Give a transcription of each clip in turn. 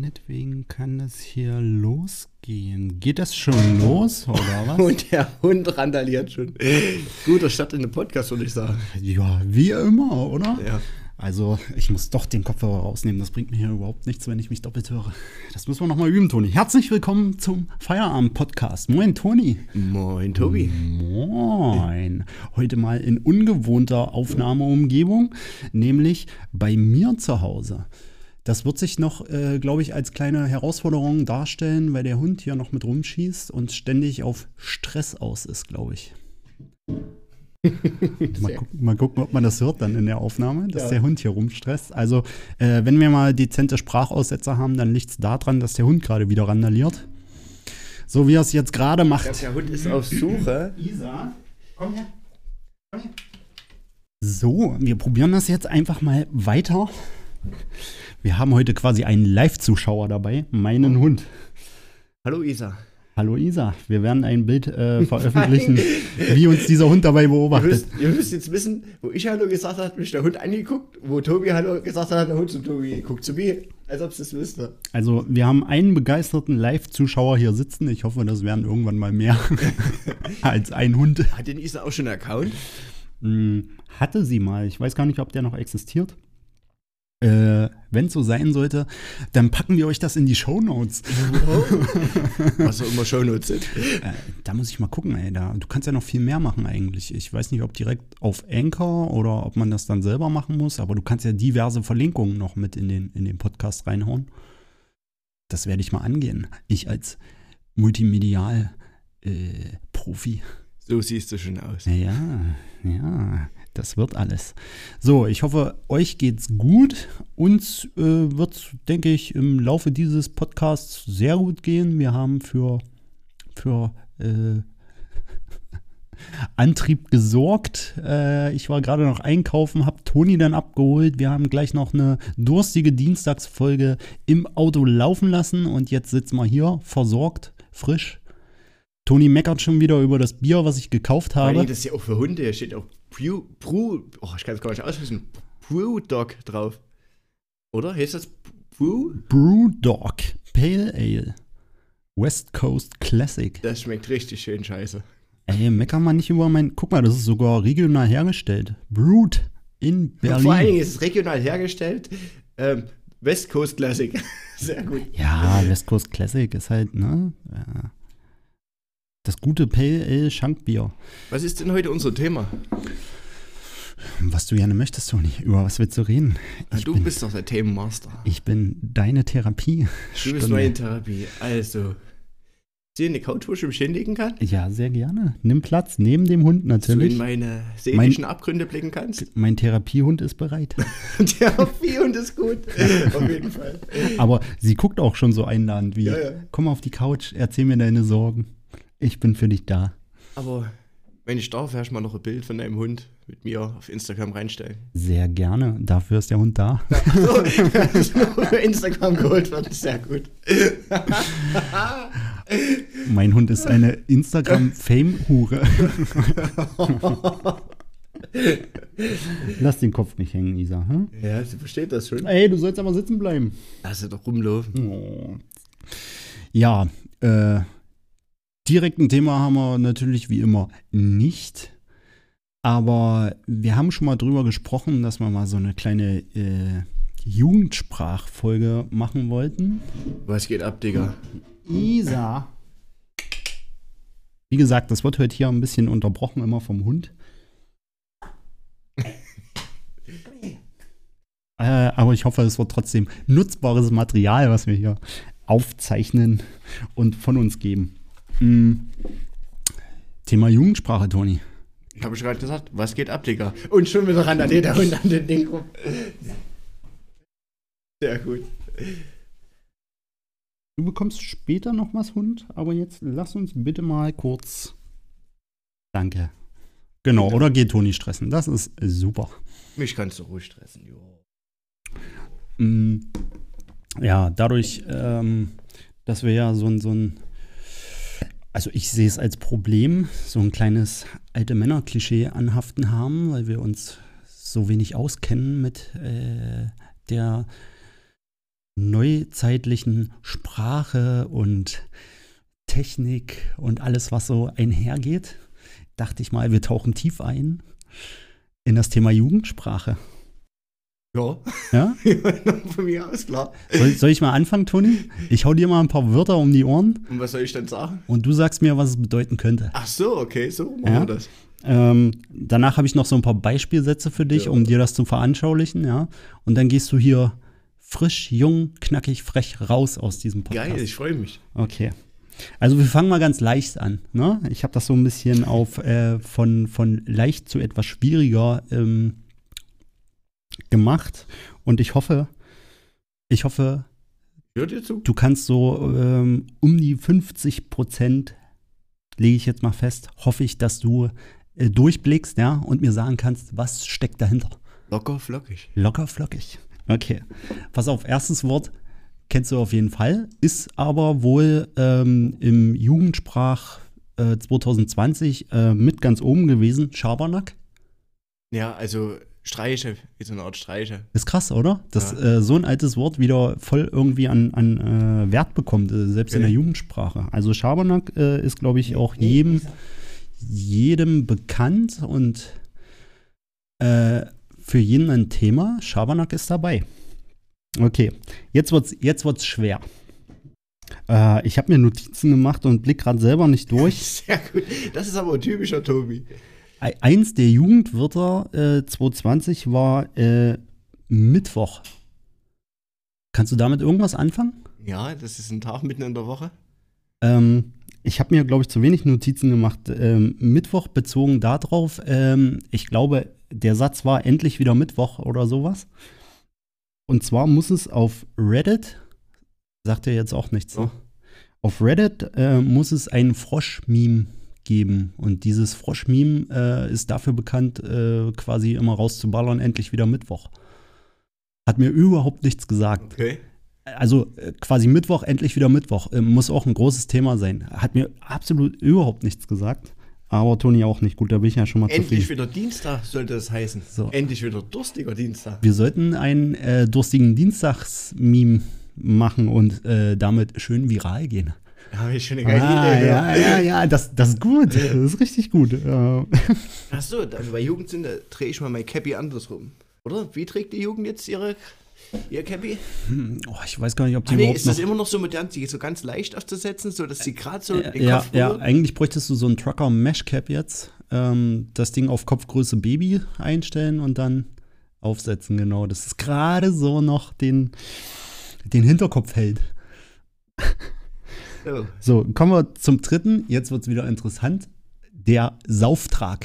meinetwegen kann es hier losgehen. Geht das schon los, oder was? Und der Hund randaliert schon. Guter Start in den Podcast, würde ich sagen. Ja, wie immer, oder? Ja. Also, ich muss doch den Kopfhörer rausnehmen. Das bringt mir hier überhaupt nichts, wenn ich mich doppelt höre. Das müssen wir nochmal üben, Toni. Herzlich willkommen zum Feierabend-Podcast. Moin, Toni. Moin, Tobi. Moin. Heute mal in ungewohnter Aufnahmeumgebung, nämlich bei mir zu Hause. Das wird sich noch, glaube ich, als kleine Herausforderung darstellen, weil der Hund hier noch mit rumschießt und ständig auf Stress aus ist, glaube ich. Mal gucken, ob man das hört dann in der Aufnahme, dass der Hund hier rumstresst. Also, wenn wir mal dezente Sprachaussetzer haben, dann liegt es daran, dass der Hund gerade wieder randaliert. So wie er es jetzt gerade macht. Der Hund ist auf Suche. Isa, komm her. Komm her. So, wir probieren das jetzt einfach mal weiter. Wir haben heute quasi einen Live-Zuschauer dabei, meinen Hund. Hallo Isa. Hallo Isa, wir werden ein Bild veröffentlichen, wie uns dieser Hund dabei beobachtet. Ihr müsst jetzt wissen, wo ich Hallo gesagt habe, hat mich der Hund angeguckt. Wo Tobi Hallo gesagt hat, hat der Hund zu Tobi geguckt. Zu mir, als ob es das wüsste. Also wir haben einen begeisterten Live-Zuschauer hier sitzen. Ich hoffe, das werden irgendwann mal mehr als ein Hund. Hat denn Isa auch schon einen Account? Hatte sie mal. Ich weiß gar nicht, ob der noch existiert. Wenn es so sein sollte, dann packen wir euch das in die Shownotes. Was auch immer Shownotes sind. Da muss ich mal gucken, ey. Du kannst ja noch viel mehr machen eigentlich. Ich weiß nicht, ob direkt auf Anchor oder ob man das dann selber machen muss, aber du kannst ja diverse Verlinkungen noch mit in den Podcast reinhauen. Das werde ich mal angehen. Ich als Multimedial-Profi. So siehst du schon aus. Ja. Das wird alles. So, ich hoffe, euch geht's gut. Uns wird, denke ich, im Laufe dieses Podcasts sehr gut gehen. Wir haben für Antrieb gesorgt. Ich war gerade noch einkaufen, habe Toni dann abgeholt. Wir haben gleich noch eine durstige Dienstagsfolge im Auto laufen lassen. Und jetzt sitzen wir hier, versorgt, frisch. Toni meckert schon wieder über das Bier, was ich gekauft habe. Nee, das ist ja auch für Hunde. Hier steht auch ich kann es gar nicht aussprechen. Brewdog drauf. Oder? Heißt das Brewdog Pale Ale. West Coast Classic. Das schmeckt richtig schön scheiße. Ey, mecker mal nicht über mein... Guck mal, das ist sogar regional hergestellt. Brewed in Berlin. Und vor allen Dingen ist es regional hergestellt. West Coast Classic. Sehr gut. Ja, West Coast Classic ist halt, ne? Ja. Das gute Pale Ale Schankbier. Was ist denn heute unser Thema? Was du gerne möchtest, Toni. Über was willst du reden? Du bist doch der Themenmaster. Ich bin deine Therapie. Du bist meine Therapie. Also, sie eine Couch, wo ich mich hinlegen kann? Ja, sehr gerne. Nimm Platz, neben dem Hund natürlich. Dass du in meine seelischen Abgründe blicken kannst? Mein Therapiehund ist bereit. Therapiehund ist gut. Auf jeden Fall. Aber sie guckt auch schon so einladend wie, ja. Komm auf die Couch, erzähl mir deine Sorgen. Ich bin für dich da. Aber wenn ich darf, werde ich mal noch ein Bild von deinem Hund mit mir auf Instagram reinstellen. Sehr gerne. Dafür ist der Hund da. So, das ist nur für Instagram geholt wird. Sehr gut. Mein Hund ist eine Instagram-Fame-Hure. Lass den Kopf nicht hängen, Isa. Hm? Ja, sie versteht das schon. Ey, du sollst aber sitzen bleiben. Lass sie doch rumlaufen. Oh. Ja, direkt ein Thema haben wir natürlich wie immer nicht. Aber wir haben schon mal drüber gesprochen, dass wir mal so eine kleine Jugendsprachfolge machen wollten. Was geht ab, Digga? Isa. Wie gesagt, das wird heute hier ein bisschen unterbrochen, immer vom Hund. Aber ich hoffe, es wird trotzdem nutzbares Material, was wir hier aufzeichnen und von uns geben. Thema Jugendsprache, Toni. Habe ich gerade gesagt, was geht ab, Digga? Und schon wieder ran an der Hund an den Ding rum. Sehr gut. Du bekommst später noch was, Hund, aber jetzt lass uns bitte mal kurz. Danke. Genau, ja. Oder geht Toni stressen? Das ist super. Mich kannst du ruhig stressen, jo. Ja, dadurch, dass wir ja so ein also ich sehe es als Problem, so ein kleines alte Männer-Klischee anhaften haben, weil wir uns so wenig auskennen mit der neuzeitlichen Sprache und Technik und alles, was so einhergeht, dachte ich mal, wir tauchen tief ein in das Thema Jugendsprache. Ja. Ja? Von mir aus, klar. Soll ich mal anfangen, Toni? Ich hau dir mal ein paar Wörter um die Ohren Und was soll ich dann sagen? und du sagst mir, was es bedeuten könnte. Ach so, okay, so machen Ja? wir das. Danach habe ich noch so ein paar Beispielsätze für dich, Ja. um dir das zu veranschaulichen, ja. Und dann gehst du hier frisch, jung, knackig, frech raus aus diesem Podcast. Geil, ich freue mich. Okay. Also wir fangen mal ganz leicht an. Ne? Ich habe das so ein bisschen auf von leicht zu etwas schwieriger gemacht. Und ich hoffe, Hört ihr zu? du kannst so um die 50%, lege ich jetzt mal fest, hoffe ich, dass du durchblickst, ja, und mir sagen kannst, was steckt dahinter. Locker, flockig. Locker flockig. Okay. Pass auf, erstes Wort kennst du auf jeden Fall, ist aber wohl im Jugendsprach 2020 mit ganz oben gewesen, Schabernack. Ja, also Streiche, wie so eine Art Streiche. Ist krass, oder? Dass Ja. so ein altes Wort wieder voll irgendwie an Wert bekommt, selbst in der Okay. Jugendsprache. Also Schabernack ist, glaube ich, auch jedem bekannt und für jeden ein Thema. Schabernack ist dabei. Okay, jetzt wird's schwer. Ich habe mir Notizen gemacht und blick gerade selber nicht durch. Sehr gut. Das ist aber ein typischer Tobi. Eins der Jugendwörter 2020 war Mittwoch. Kannst du damit irgendwas anfangen? Ja, das ist ein Tag mitten in der Woche. Ich habe mir, glaube ich, zu wenig Notizen gemacht. Mittwoch bezogen darauf, ich glaube, der Satz war endlich wieder Mittwoch oder sowas. Und zwar muss es auf Reddit, sagt er jetzt auch nichts, ne? Oh. Auf Reddit muss es ein Frosch-Meme geben. Und dieses Frosch-Meme ist dafür bekannt, quasi immer rauszuballern, endlich wieder Mittwoch. Hat mir überhaupt nichts gesagt. Okay. Also quasi Mittwoch, endlich wieder Mittwoch. Muss auch ein großes Thema sein. Hat mir absolut überhaupt nichts gesagt. Aber Toni auch nicht. Gut, da bin ich ja schon mal Endlich zufrieden. wieder Dienstag sollte das heißen. So. Endlich wieder durstiger Dienstag. Wir sollten einen durstigen Dienstags-Meme machen und damit schön viral gehen. Da habe ich schon eine geile Idee. Ja, das ist gut. Das ist richtig gut. Achso, also bei Jugendsünde drehe ich mal mein Cappy andersrum. Oder? Wie trägt die Jugend jetzt ihr Cappy? Ich weiß gar nicht, ob die Nee, überhaupt ist das noch... immer noch so modern, sie so ganz leicht aufzusetzen, so dass sie gerade so den Ja, Kopf ja, berührt? eigentlich bräuchtest du so ein Trucker-Mesh-Cap jetzt. Das Ding auf Kopfgröße Baby einstellen und dann aufsetzen, genau. Das ist gerade so noch den Hinterkopf hält. So. So, kommen wir zum dritten. Jetzt wird es wieder interessant. Der Sauftrag.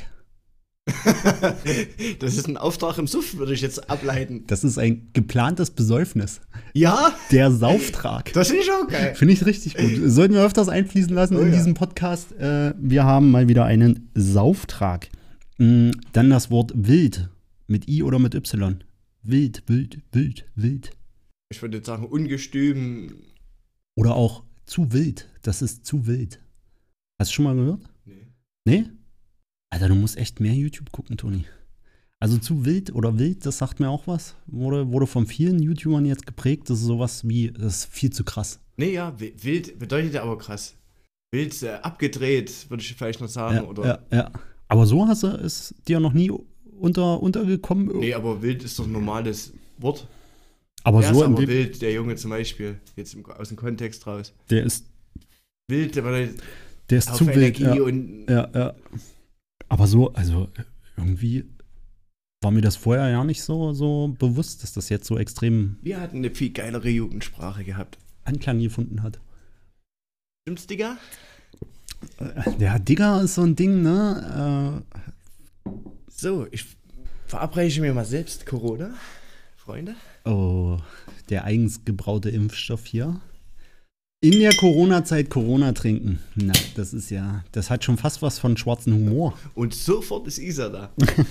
Das ist ein Auftrag im Suff, würde ich jetzt ableiten. Das ist ein geplantes Besäufnis. Ja, Der Sauftrag. das finde ich auch geil. Finde ich richtig gut. Sollten wir öfters einfließen lassen Oh in ja. diesem Podcast. Wir haben mal wieder einen Sauftrag. Dann das Wort wild. Mit I oder mit Y. Wild, wild, wild, wild. Ich würde jetzt sagen, ungestüm. Oder auch zu wild. Das ist zu wild. Hast du schon mal gehört? Nee. Nee? Alter, du musst echt mehr YouTube gucken, Toni. Also zu wild oder wild, das sagt mir auch was. Wurde von vielen YouTubern jetzt geprägt. Das ist sowas wie, das ist viel zu krass. Nee, ja, wild bedeutet ja aber krass. Wild, abgedreht, würde ich vielleicht noch sagen. Ja, oder? ja. Aber so hast du es dir noch nie untergekommen. Nee, aber wild ist doch ein normales Wort. Aber Er so ist in aber dem, wild, der Junge zum Beispiel, jetzt aus dem Kontext raus. der ist Wild, der bedeutet zu auf wild. Energie und Ja. Aber so, also irgendwie war mir das vorher ja nicht so bewusst, dass das jetzt so extrem wir hatten eine viel geilere Jugendsprache gehabt. Anklang gefunden hat. Stimmt's, Digga? Der Digger ist so ein Ding, ne? So, ich verabreiche mir mal selbst Corona, Freunde. Der eigens gebraute Impfstoff hier. In der Corona-Zeit Corona trinken. Na, das hat schon fast was von schwarzem Humor. Und sofort ist Isa da.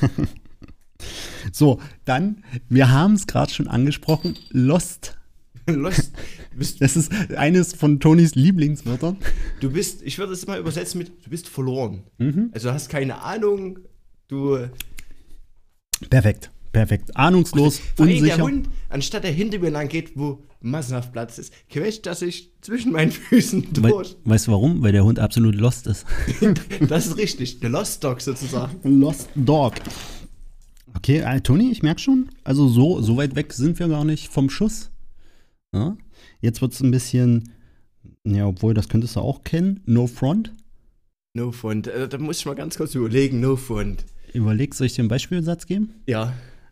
So, dann, wir haben es gerade schon angesprochen, Lost. Lost. Das ist eines von Tonys Lieblingswörtern. Ich würde es mal übersetzen mit, du bist verloren. Mhm. Also du hast keine Ahnung, du, Perfekt. Perfekt. Ahnungslos, Vor allem unsicher. der Hund, anstatt der hinter mir lang geht, wo massenhaft Platz ist, quetscht er sich zwischen meinen Füßen durch. Weißt du warum? Weil der Hund absolut lost ist. Das ist richtig, der Lost Dog sozusagen. Lost Dog. Okay, Toni, ich merke schon, also so weit weg sind wir gar nicht vom Schuss. Ja? Jetzt wird es ein bisschen, ja, obwohl, das könntest du auch kennen, No Front. No Front, da muss ich mal ganz kurz überlegen, No Front. Überleg, soll ich dir einen Beispielsatz geben? Ja.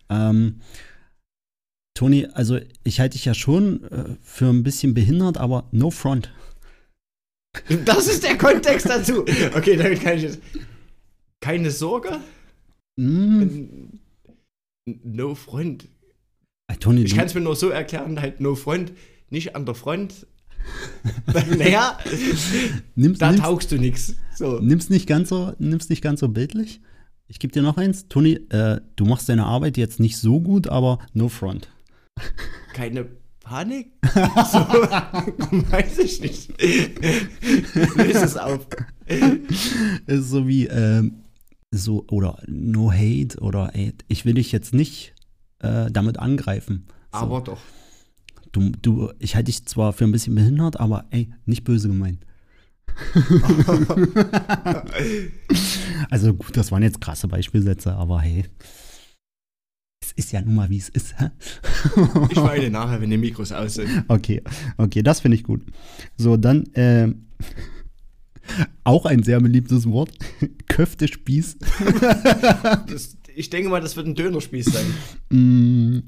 Toni, also ich halte dich ja schon für ein bisschen behindert, aber No Front. Das ist der Kontext dazu. Okay, damit kann ich jetzt. Keine Sorge? No Front. Toni, Ich kann es mir nur so erklären, halt No Front, nicht an der Front. Naja, taugst du nix. So. Nimm's nicht ganz so bildlich. Ich gebe dir noch eins. Toni, du machst deine Arbeit jetzt nicht so gut, aber No Front. Keine Panik? So, weiß ich nicht. Löse es auf. Ist so wie, so, oder No Hate oder ey, ich will dich jetzt nicht damit angreifen. So. Aber doch. Ich halte dich zwar für ein bisschen behindert, aber ey, nicht böse gemeint. Also gut, das waren jetzt krasse Beispielsätze, aber hey, es ist ja nun mal, wie es ist. Hä? Ich weine nachher, wenn die Mikros aus sind. Okay, das finde ich gut. So, dann auch ein sehr beliebtes Wort, Köftespieß. Ich denke mal, das wird ein Dönerspieß sein.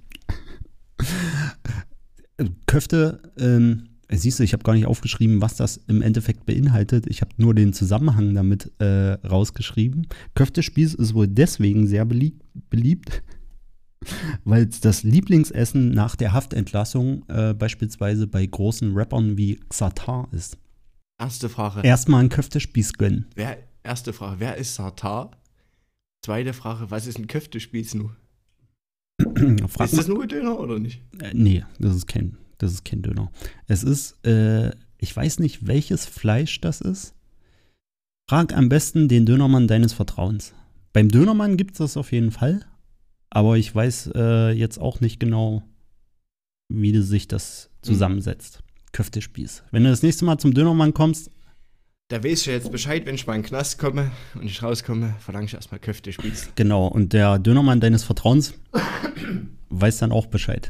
Köfte, siehst du, ich habe gar nicht aufgeschrieben, was das im Endeffekt beinhaltet. Ich habe nur den Zusammenhang damit rausgeschrieben. Köftespieß ist wohl deswegen sehr beliebt, weil es das Lieblingsessen nach der Haftentlassung beispielsweise bei großen Rappern wie Xatar ist. Erste Frage. Erstmal einen Köftespieß gönnen. Erste Frage, wer ist Xatar? Zweite Frage, was ist ein Köftespieß nun? Ist das nur ein Döner oder nicht? Nee, das ist kein Döner. Es ist, ich weiß nicht, welches Fleisch das ist. Frag am besten den Dönermann deines Vertrauens. Beim Dönermann gibt es das auf jeden Fall, aber ich weiß jetzt auch nicht genau, wie sich das zusammensetzt. Köftespieß. Wenn du das nächste Mal zum Dönermann kommst, da weiß ich ja jetzt Bescheid, wenn ich mal in den Knast komme und ich rauskomme, verlange ich erstmal Köftespieß. Genau, und der Dönermann deines Vertrauens weiß dann auch Bescheid.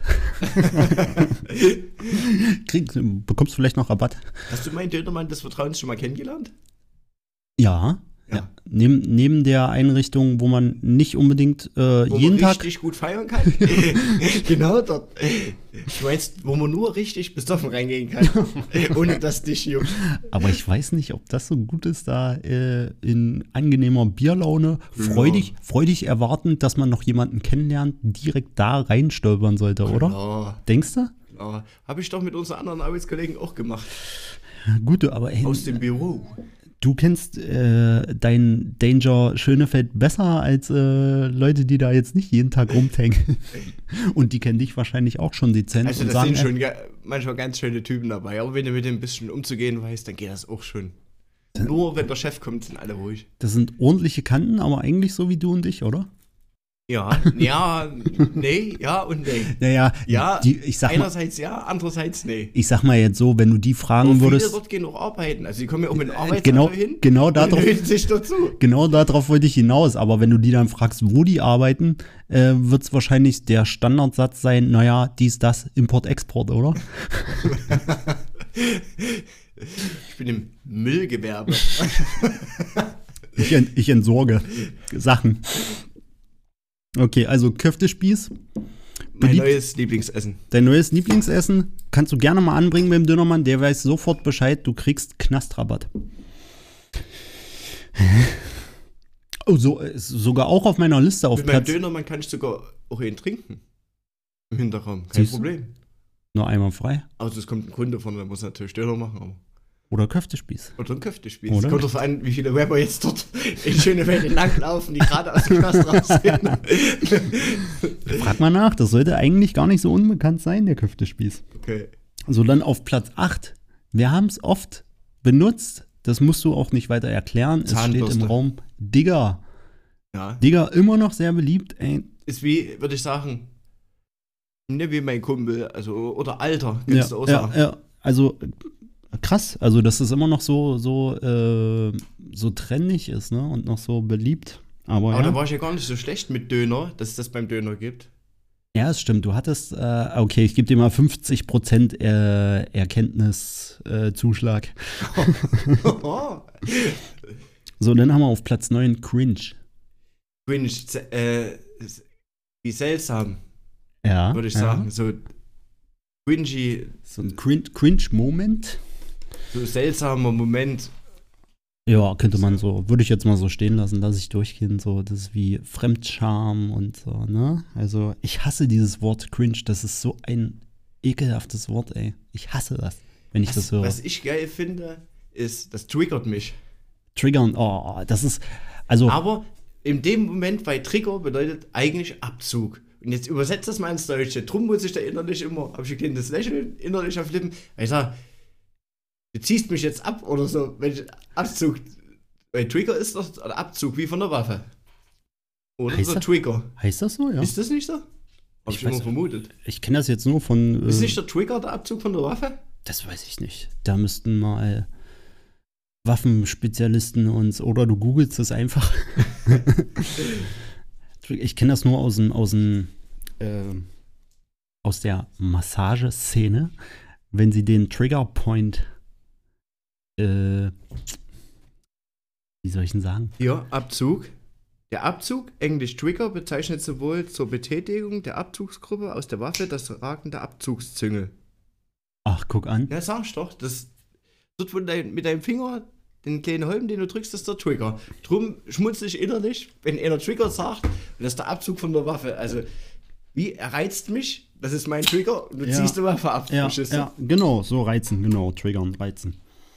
Bekommst du vielleicht noch Rabatt? Hast du meinen Dönermann des Vertrauens schon mal kennengelernt? Ja. Neben der Einrichtung, wo man nicht unbedingt jeden Tag richtig gut feiern kann. Genau dort. Du meinst, wo man nur richtig besoffen reingehen kann, ohne dass dich juckt. Aber ich weiß nicht, ob das so gut ist, da in angenehmer Bierlaune, freudig erwartend, dass man noch jemanden kennenlernt, direkt da reinstolpern sollte, oder? Klar. Denkst du? Klar. Habe ich doch mit unseren anderen Arbeitskollegen auch gemacht. Gut, aber ey, aus dem Büro. Du kennst dein Danger Schönefeld besser als Leute, die da jetzt nicht jeden Tag rumtanken. Und die kennen dich wahrscheinlich auch schon dezent. Also und da sagen, sind schon manchmal ganz schöne Typen dabei. Aber wenn du mit dem ein bisschen umzugehen weißt, dann geht das auch schon. Nur wenn der Chef kommt, sind alle ruhig. Das sind ordentliche Kanten, aber eigentlich so wie du und ich, oder? Ja, nee, ja und nee. Naja, ja, ich sag einerseits ja, andererseits nee. Ich sag mal jetzt so, wenn du die fragen aber würdest. Viele dort gehen auch arbeiten, also die kommen ja auch mit dem Arbeitsauto hin und sich dazu. Genau darauf wollte ich hinaus, aber wenn du die dann fragst, wo die arbeiten, wird es wahrscheinlich der Standardsatz sein, naja, dies, das, Import, Export, oder? Ich bin im Müllgewerbe. Ich entsorge Sachen. Okay, also Köftespieß. Mein neues Lieblingsessen. Dein neues Lieblingsessen kannst du gerne mal anbringen beim Dönermann. Der weiß sofort Bescheid, du kriegst Knastrabatt. Oh, sogar auch auf meiner Liste auf Mit Platz. meinem Dönermann kann ich sogar auch einen trinken. Im Hinterraum, kein Problem. Nur einmal frei. Also es kommt ein Kunde von, der muss natürlich Döner machen. Aber oder Köftespieß. Oder ein Köftespieß. Es kommt darauf an, wie viele Rapper jetzt dort in Schönefeld entlanglaufen, die gerade aus dem Knast raus sind. Frag mal nach, das sollte eigentlich gar nicht so unbekannt sein, der Köftespieß. Okay. So, dann auf Platz 8. Wir haben es oft benutzt, das musst du auch nicht weiter erklären. Es steht im Raum Digger. Ja. Digger immer noch sehr beliebt. Ey, ist wie, würde ich sagen, ne, wie mein Kumpel, also, oder Alter, kannst du auch sagen. ja. Also krass, also dass es immer noch so trendig ist, ne? Und noch so beliebt. Aber Da ja. war ich ja gar nicht so schlecht mit Döner, dass es das beim Döner gibt. Ja, es stimmt. Du hattest, okay, ich gebe dir mal 50% Erkenntniszuschlag. So, dann haben wir auf Platz 9 Cringe. Cringe, wie seltsam, Ja. würde ich sagen. So cringy, So ein Cringe-Moment. so seltsamer Moment. Ja, könnte man so, würde ich jetzt mal so stehen lassen, lasse ich durchgehen. So, das ist wie Fremdscham und so, ne? Also, ich hasse dieses Wort Cringe. Das ist so ein ekelhaftes Wort, ey. Ich hasse das, wenn ich das höre. Was ich geil finde, ist, das triggert mich. Triggern, oh, das ist, also. Aber in dem Moment, weil Trigger bedeutet eigentlich Abzug. Und jetzt übersetzt das mal ins Deutsche. Drum muss ich da innerlich immer, habe ich ein kleines Lächeln innerlich auf Lippen, weil ich sage, du ziehst mich jetzt ab oder so, wenn ich Abzug, weil Trigger ist doch der Abzug wie von der Waffe. Oder Heißt der das? Trigger. Heißt das so, ja? Ist das nicht so? Hab ich immer weiß- vermutet. Ich kenne das jetzt nur von. Ist nicht der Trigger der Abzug von der Waffe? Das weiß ich nicht. Da müssten mal Waffenspezialisten uns, oder du googelst es einfach. Ich kenne das nur aus der Massageszene, wenn sie den Triggerpoint, wie soll ich denn sagen? Hier, Abzug. Der Abzug, englisch Trigger, bezeichnet sowohl zur Betätigung der Abzugsgruppe aus der Waffe das Ragen der Abzugszüngel. Ach, guck an. Ja, sag ich doch. Das dort, wo mit deinem Finger den kleinen Holm, den du drückst, ist der Trigger. Drum schmunzel ich innerlich, wenn einer Trigger sagt, und das ist der Abzug von der Waffe. Also, wie er reizt mich, das ist mein Trigger, und du Ja. ziehst die Waffe ab. Ja, verstehst du? ja, genau, so reizen, genau, triggern, reizen.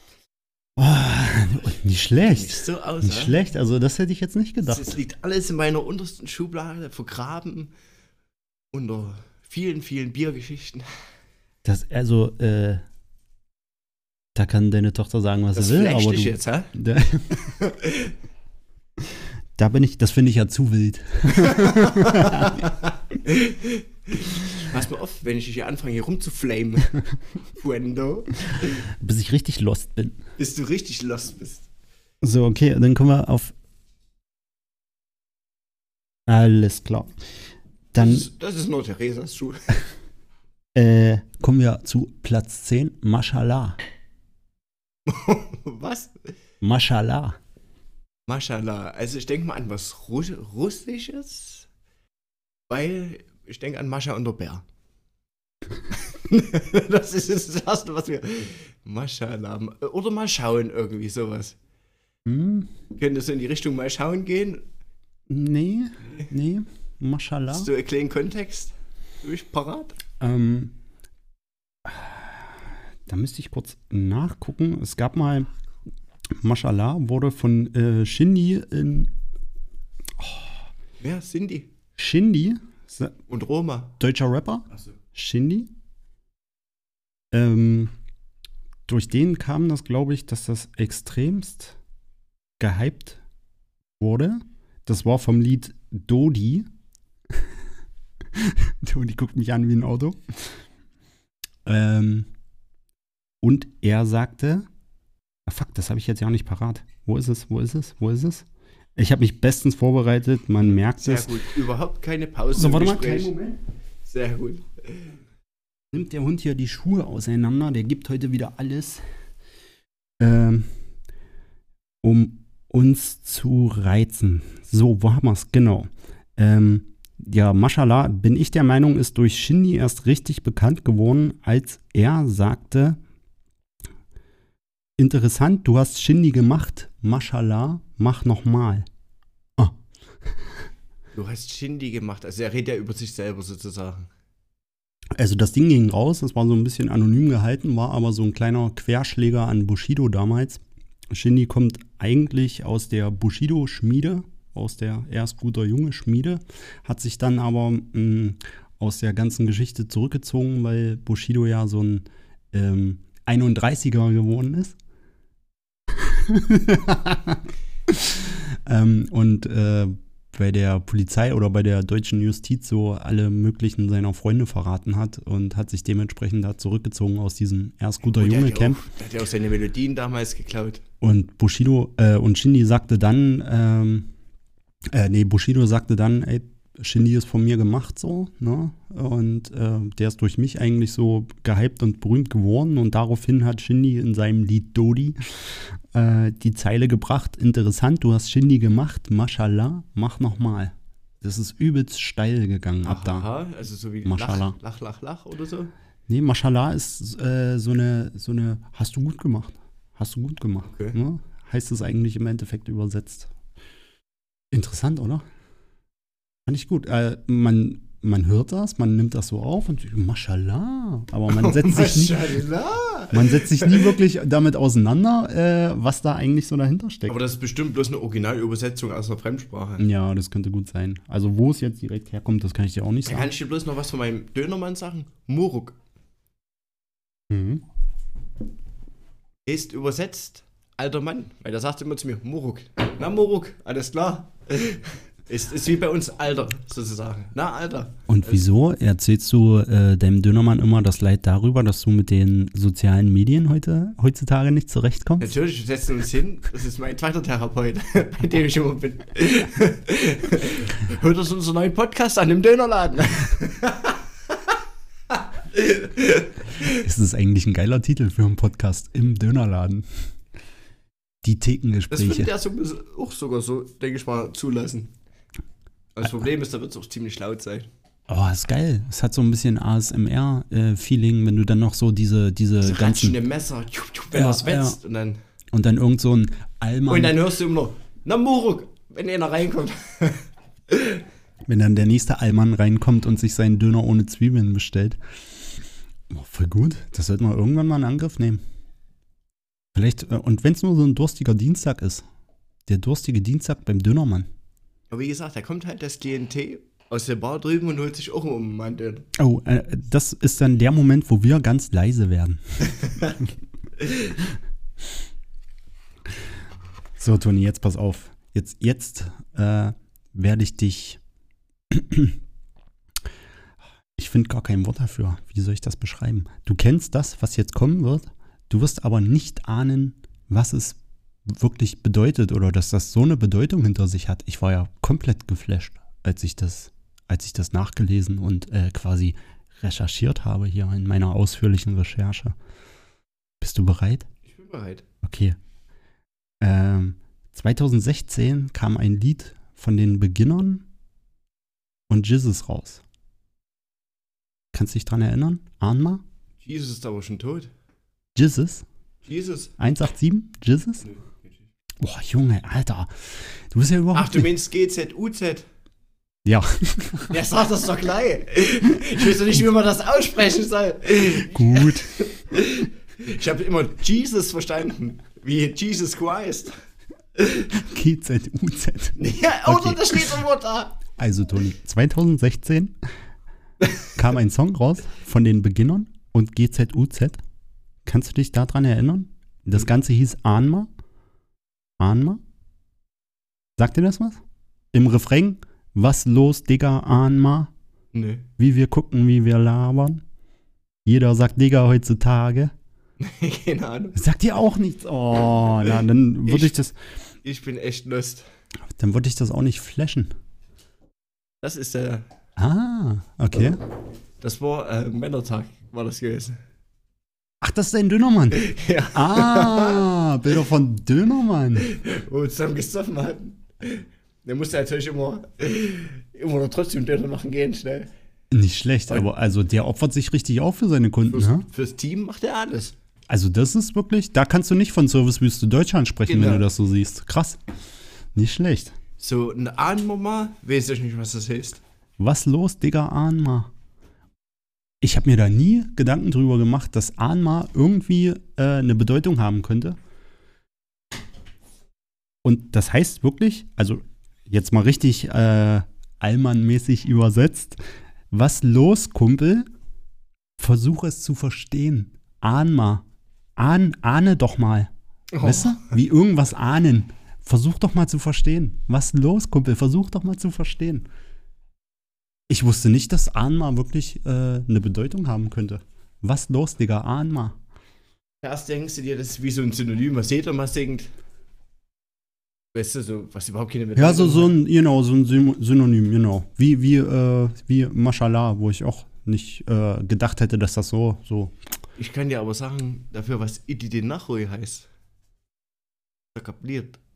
Nicht schlecht. Sieht so aus, Nicht ja? schlecht, also das hätte ich jetzt nicht gedacht. Es liegt alles in meiner untersten Schublade, vergraben, unter vielen, vielen Biergeschichten. Das, also, da kann deine Tochter sagen, was Das sie will, flasht aber dich du, jetzt, hä? das finde ich ja zu wild. Pass mal auf, wenn ich hier anfange, hier rumzuflamen. Fuendo. Bis ich richtig lost bin. Bis du richtig lost bist. So, okay, dann kommen wir auf. Alles klar. Dann Das ist nur Theresas Schuh. kommen wir zu Platz 10, Mashallah. Was? Mashallah. Mashallah. Also ich denke mal an was Russisches, weil ich denke an Mascha und der Bär. Das ist das Erste, was wir... Mashallah. Oder mal schauen, irgendwie sowas. Hm? Könnte es in die Richtung mal schauen gehen? Nee, Mashallah. Hast du einen kleinen Kontext? Durch parat? Da müsste ich kurz nachgucken. Es gab mal, Mashallah wurde von Shindy in. Wer sind die? Shindy, Und Roma. deutscher Rapper, Achso. Shindy. Durch den kam das, glaube ich, dass das extremst gehypt wurde. Das war vom Lied Dodi. Dodi guckt mich an wie ein Auto. Und er sagte, fuck, das habe ich jetzt ja auch nicht parat. Wo ist es? Ich habe mich bestens vorbereitet, man merkt Sehr es. gut. Überhaupt keine Pause. So, im warte mal, Gespräch. kleinen Moment. Sehr gut. Nimmt der Hund hier die Schuhe auseinander, der gibt heute wieder alles, um uns zu reizen. So, wo haben wir es? Genau. Ja, Mashallah, bin ich der Meinung, ist durch Shindy erst richtig bekannt geworden, als er sagte, interessant, du hast Shindy gemacht, Mashallah, mach nochmal. Du hast Shindy gemacht. Also er redet ja über sich selber sozusagen. Also das Ding ging raus, das war so ein bisschen anonym gehalten, war aber so ein kleiner Querschläger an Bushido damals. Shindy kommt eigentlich aus der Bushido-Schmiede, aus der erst guter Junge Schmiede, hat sich dann aber aus der ganzen Geschichte zurückgezogen, weil Bushido ja so ein 31er geworden ist. bei der Polizei oder bei der deutschen Justiz so alle möglichen seiner Freunde verraten hat und hat sich dementsprechend da zurückgezogen aus diesem erst guter Junge-Camp. Der hat ja auch seine Melodien damals geklaut. Und Bushido und Shindy sagte dann, Bushido sagte dann, ey, Shindy ist von mir gemacht so, ne? Und der ist durch mich eigentlich so gehypt und berühmt geworden und daraufhin hat Shindy in seinem Lied Dodi die Zeile gebracht, interessant, du hast Shindy gemacht, Mashallah, mach nochmal. Das ist übelst steil gegangen ab da. Aha, also so wie Mashallah. Lach oder so? Nee, Mashallah ist so eine, hast du gut gemacht. Hast du gut gemacht. Okay. Ne? Heißt es eigentlich im Endeffekt übersetzt. Interessant, oder? Fand ich gut. Man hört das, man nimmt das so auf und Mashallah. Aber man setzt sich nie wirklich damit auseinander, was da eigentlich so dahinter steckt. Aber das ist bestimmt bloß eine Originalübersetzung aus einer Fremdsprache. Ja, das könnte gut sein. Also wo es jetzt direkt herkommt, das kann ich dir auch nicht Da sagen. kann ich dir bloß noch was von meinem Dönermann sagen. Muruk. Mhm. Ist übersetzt alter Mann. Weil der sagt immer zu mir, Muruk. Na Muruk, alles klar. Ist wie bei uns Alter, sozusagen. Na, Alter. Und wieso erzählst du deinem Dönermann immer das Leid darüber, dass du mit den sozialen Medien heutzutage nicht zurechtkommst? Natürlich, wir setzen uns hin. Das ist mein zweiter Therapeut, bei dem ich immer bin. Hört uns unseren neuen Podcast an im Dönerladen. Ist das eigentlich ein geiler Titel für einen Podcast im Dönerladen? Die Das Thekengespräche. würde der auch sogar so, denke ich mal, zulassen. Das Problem ist, da wird es auch ziemlich laut sein. Oh, ist geil. Es hat so ein bisschen ASMR-Feeling, wenn du dann noch so diese ganzen... Ratschende Messer, wenn er es wetzt. Ja. Und dann irgend so ein Allmann... Und dann hörst du immer noch, na Muruk, wenn einer reinkommt. Wenn dann der nächste Allmann reinkommt und sich seinen Döner ohne Zwiebeln bestellt. Oh, voll gut. Das sollten wir irgendwann mal in Angriff nehmen. Vielleicht, und wenn es nur so ein durstiger Dienstag ist. Der durstige Dienstag beim Dönermann. Aber wie gesagt, da kommt halt das GNT aus der Bar drüben und holt sich auch um meinen Döner. Oh, das ist dann der Moment, wo wir ganz leise werden. So, Toni, jetzt pass auf. Jetzt werde ich dich... Ich finde gar kein Wort dafür. Wie soll ich das beschreiben? Du kennst das, was jetzt kommen wird. Du wirst aber nicht ahnen, was es wirklich bedeutet oder dass das so eine Bedeutung hinter sich hat. Ich war ja komplett geflasht, als ich das nachgelesen und quasi recherchiert habe hier in meiner ausführlichen Recherche. Bist du bereit? Ich bin bereit. Okay. 2016 kam ein Lied von den Beginnern und Jesus raus. Kannst du dich dran erinnern? Ahnma? Jesus ist aber schon tot. Jesus? Jesus. 187? Jesus? Boah, Junge, Alter. Du bist ja überhaupt Ach, du meinst GZUZ? Ja. Ja, sag das doch gleich. Ich weiß doch nicht, wie man das aussprechen soll. Gut. Ich habe immer Jesus verstanden. Wie Jesus Christ. GZUZ. Ja, oder Okay. das steht immer da. Also, Toni, 2016 kam ein Song raus von den Beginnern und GZUZ. Kannst du dich daran erinnern? Das Ganze hieß Ahnma. Ahnma? Sagt dir das was? Im Refrain, was los, Digga, Ahnma? Nee. Wie wir gucken, wie wir labern. Jeder sagt Digga heutzutage. Keine Ahnung. Sagt dir auch nichts. Oh, na, dann würde Ich bin echt lost. Dann würde ich das auch nicht flashen. Das ist der. Ah, okay. Das war Männertag, war das gewesen. Ach, das ist ein Dönermann. Ja. Ah, Bilder von Dönermann. Wo wir zusammen gesoffen hatten. Der musste natürlich immer noch trotzdem Döner machen gehen, schnell. Nicht schlecht, aber also der opfert sich richtig auf für seine Kunden. Fürs Team macht er alles. Also das ist wirklich, da kannst du nicht von Servicewüste Deutschland sprechen, Genau. wenn du das so siehst. Krass. Nicht schlecht. So, eine Ahnmama, weiß ich nicht, was das heißt. Was los, Digga, Ahnma? Ich habe mir da nie Gedanken drüber gemacht, dass Ahnma irgendwie eine Bedeutung haben könnte. Und das heißt wirklich, also jetzt mal richtig Allmann-mäßig übersetzt, was los, Kumpel? Versuch es zu verstehen. Ahn mal. Ahne doch mal. Oh. Weißt du? Wie irgendwas ahnen. Versuch doch mal zu verstehen. Was ist los, Kumpel? Versuch doch mal zu verstehen. Ich wusste nicht, dass Ahnma wirklich eine Bedeutung haben könnte. Was los, Digga? Ahnma. Erst denkst du dir, das ist wie so ein Synonym, was jeder mal singt. Weißt du, so, was überhaupt keine Bedeutung Ja, so hat. ein Synonym, genau. Wie Mashallah, wo ich auch nicht gedacht hätte, dass das so. Ich kann dir aber sagen, dafür, was Idide Nachroi heißt. Verkapliert.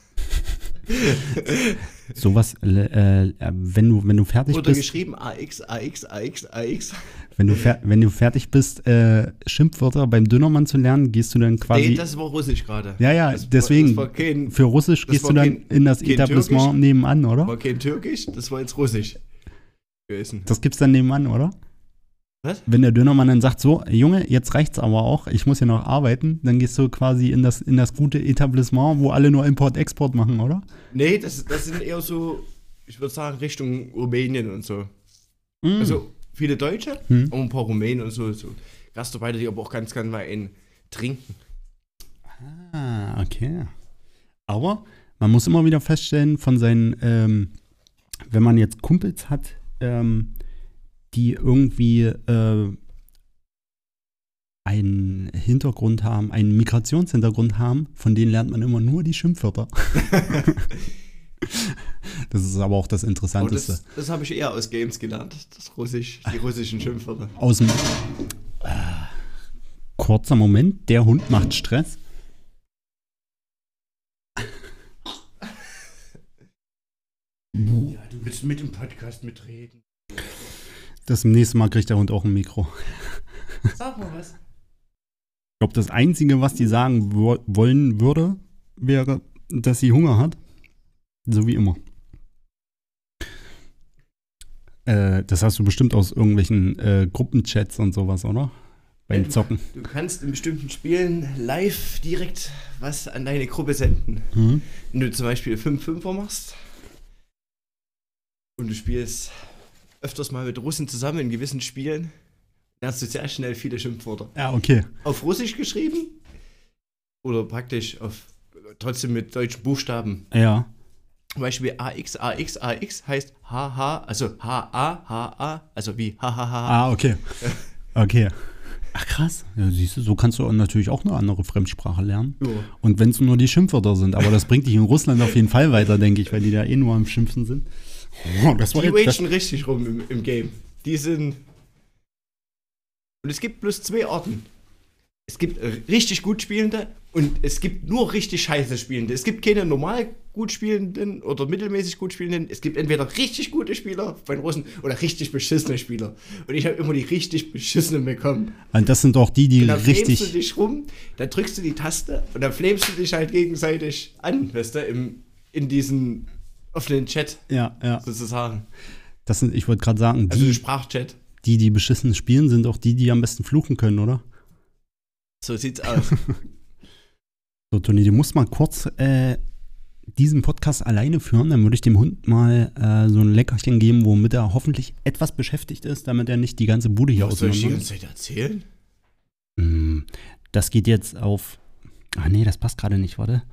Sowas, wenn du fertig Oder bist. geschrieben AX, AX, AX, AX. Wenn du fertig bist, Schimpfwörter beim Dönermann zu lernen, gehst du dann quasi. Nee, das war Russisch gerade. Ja, deswegen. Das war kein, für Russisch das gehst war du dann kein- in das kein Etablissement Türkisch. nebenan, oder? war kein Türkisch, das war jetzt Russisch gewesen. Das gibt's dann nebenan, oder? Was? Wenn der Dönermann dann sagt, so, Junge, jetzt reicht's aber auch, ich muss ja noch arbeiten, dann gehst du quasi in das gute Etablissement, wo alle nur Import-Export machen, oder? Nee, das sind eher so, ich würde sagen, Richtung Rumänien und so. Mm. Also viele Deutsche Hm. und ein paar Rumänen und so Gastarbeiter, die aber auch ganz gerne mal einen trinken. Ah, okay. Aber man muss immer wieder feststellen, von seinen, wenn man jetzt Kumpels hat, die irgendwie einen Hintergrund haben, einen Migrationshintergrund haben, von denen lernt man immer nur die Schimpfwörter. Das ist aber auch das Aber Interessanteste. das habe ich eher aus Games gelernt, die russischen Schimpfwörter. Aus dem kurzer Moment, der Hund macht Stress. Ja, du willst mit dem Podcast mitreden. Das nächste Mal kriegt der Hund auch ein Mikro. Sag mal was. Ich glaube, das Einzige, was die sagen wollen würde, wäre, dass sie Hunger hat. So wie immer. Das hast du bestimmt aus irgendwelchen Gruppenchats und sowas, oder? Beim Zocken. Du kannst in bestimmten Spielen live direkt was an deine Gruppe senden. Hm? Wenn du zum Beispiel 5-5er machst und du spielst öfters mal mit Russen zusammen in gewissen Spielen, lernst du sehr schnell viele Schimpfwörter. Ja, okay. Auf Russisch geschrieben oder praktisch trotzdem mit deutschen Buchstaben. Ja. Zum Beispiel AX, AX, AX heißt HH, also HA, HA, also wie HHH. Ah, okay. Okay. Ach krass. Ja, siehst du, so kannst du natürlich auch eine andere Fremdsprache lernen. Ja. Und wenn es nur die Schimpfwörter sind. Aber das bringt dich in Russland auf jeden Fall weiter, denke ich, weil die da eh nur am Schimpfen sind. Oh, das war Die jetzt, wagen richtig rum im Game. Die sind. Und es gibt bloß zwei Arten. Es gibt richtig gut Spielende und es gibt nur richtig scheiße Spielende. Es gibt keine normal gut Spielenden oder mittelmäßig gut Spielenden. Es gibt entweder richtig gute Spieler bei den Russen oder richtig beschissene Spieler. Und ich habe immer die richtig beschissenen bekommen. und das sind auch die Und dann flamest du richtig. dich rum, dann drückst du die Taste und dann flamest du dich halt gegenseitig an, weißt du, in diesen offenen Chat Ja. sozusagen. Das sind, ich wollte gerade sagen, Also die Sprachchat. beschissen spielen, sind auch die am besten fluchen können, oder? So sieht's aus. So, Toni, du musst mal kurz diesen Podcast alleine führen, dann würde ich dem Hund mal so ein Leckerchen geben, womit er hoffentlich etwas beschäftigt ist, damit er nicht die ganze Bude hier Was soll ich die auseinander. ganze Zeit erzählen? Das geht jetzt auf. Ah, nee, das passt gerade nicht, warte.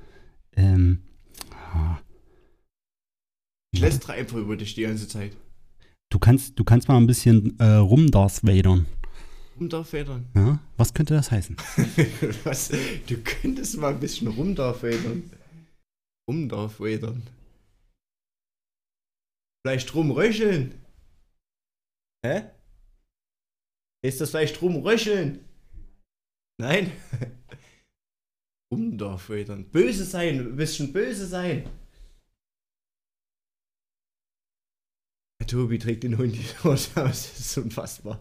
Ich lästere einfach über dich die ganze Zeit. Du kannst mal ein bisschen rumdarthwadern. Rumdarfedern. Ja? Was könnte das heißen? Was? Du könntest mal ein bisschen rumdarfedern. Rumdarfedern. Vielleicht rumröcheln. Hä? Ist das vielleicht rumröcheln? Nein? Rumdarfedern. Böse sein, ein bisschen böse sein. Der Tobi trägt den Hund hier aus. Das ist unfassbar.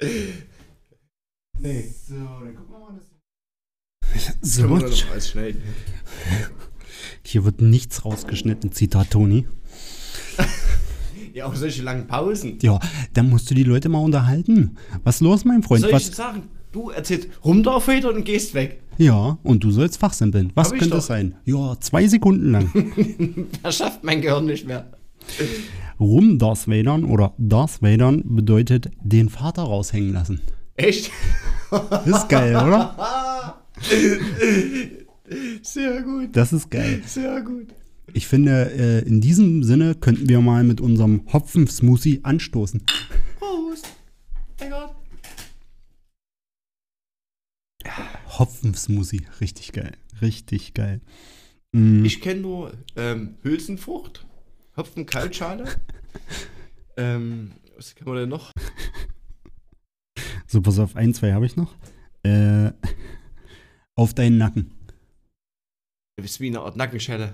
Nee. So, dann gucken wir mal das. Können wir So, noch alles schneiden. hier wird nichts rausgeschnitten, Zitat Toni. Ja, auch solche langen Pausen. Ja, dann musst du die Leute mal unterhalten. Was ist los, mein Freund? Soll ich Was? sagen? Du erzählst Rumdarfedern und gehst weg. Ja, und du sollst fachsimpeln. Was Hab ich könnte doch. es sein? Ja, 2 Sekunden lang. Er schafft mein Gehirn nicht mehr. Rumdarthwadern oder Darthwadern bedeutet den Vater raushängen lassen. Echt? Ist geil, oder? Sehr gut. Das ist geil. Sehr gut. Ich finde, in diesem Sinne könnten wir mal mit unserem Hopfen-Smoothie anstoßen. Prost. Mein Gott. Hopfen-Smoothie, richtig geil. Richtig geil. Ich kenne nur Hülsenfrucht, Hopfen-Kaltschale. Was kann man denn noch? So, pass auf, 1, 2 habe ich noch. Auf deinen Nacken. Du bist wie eine Art Nackenschelle.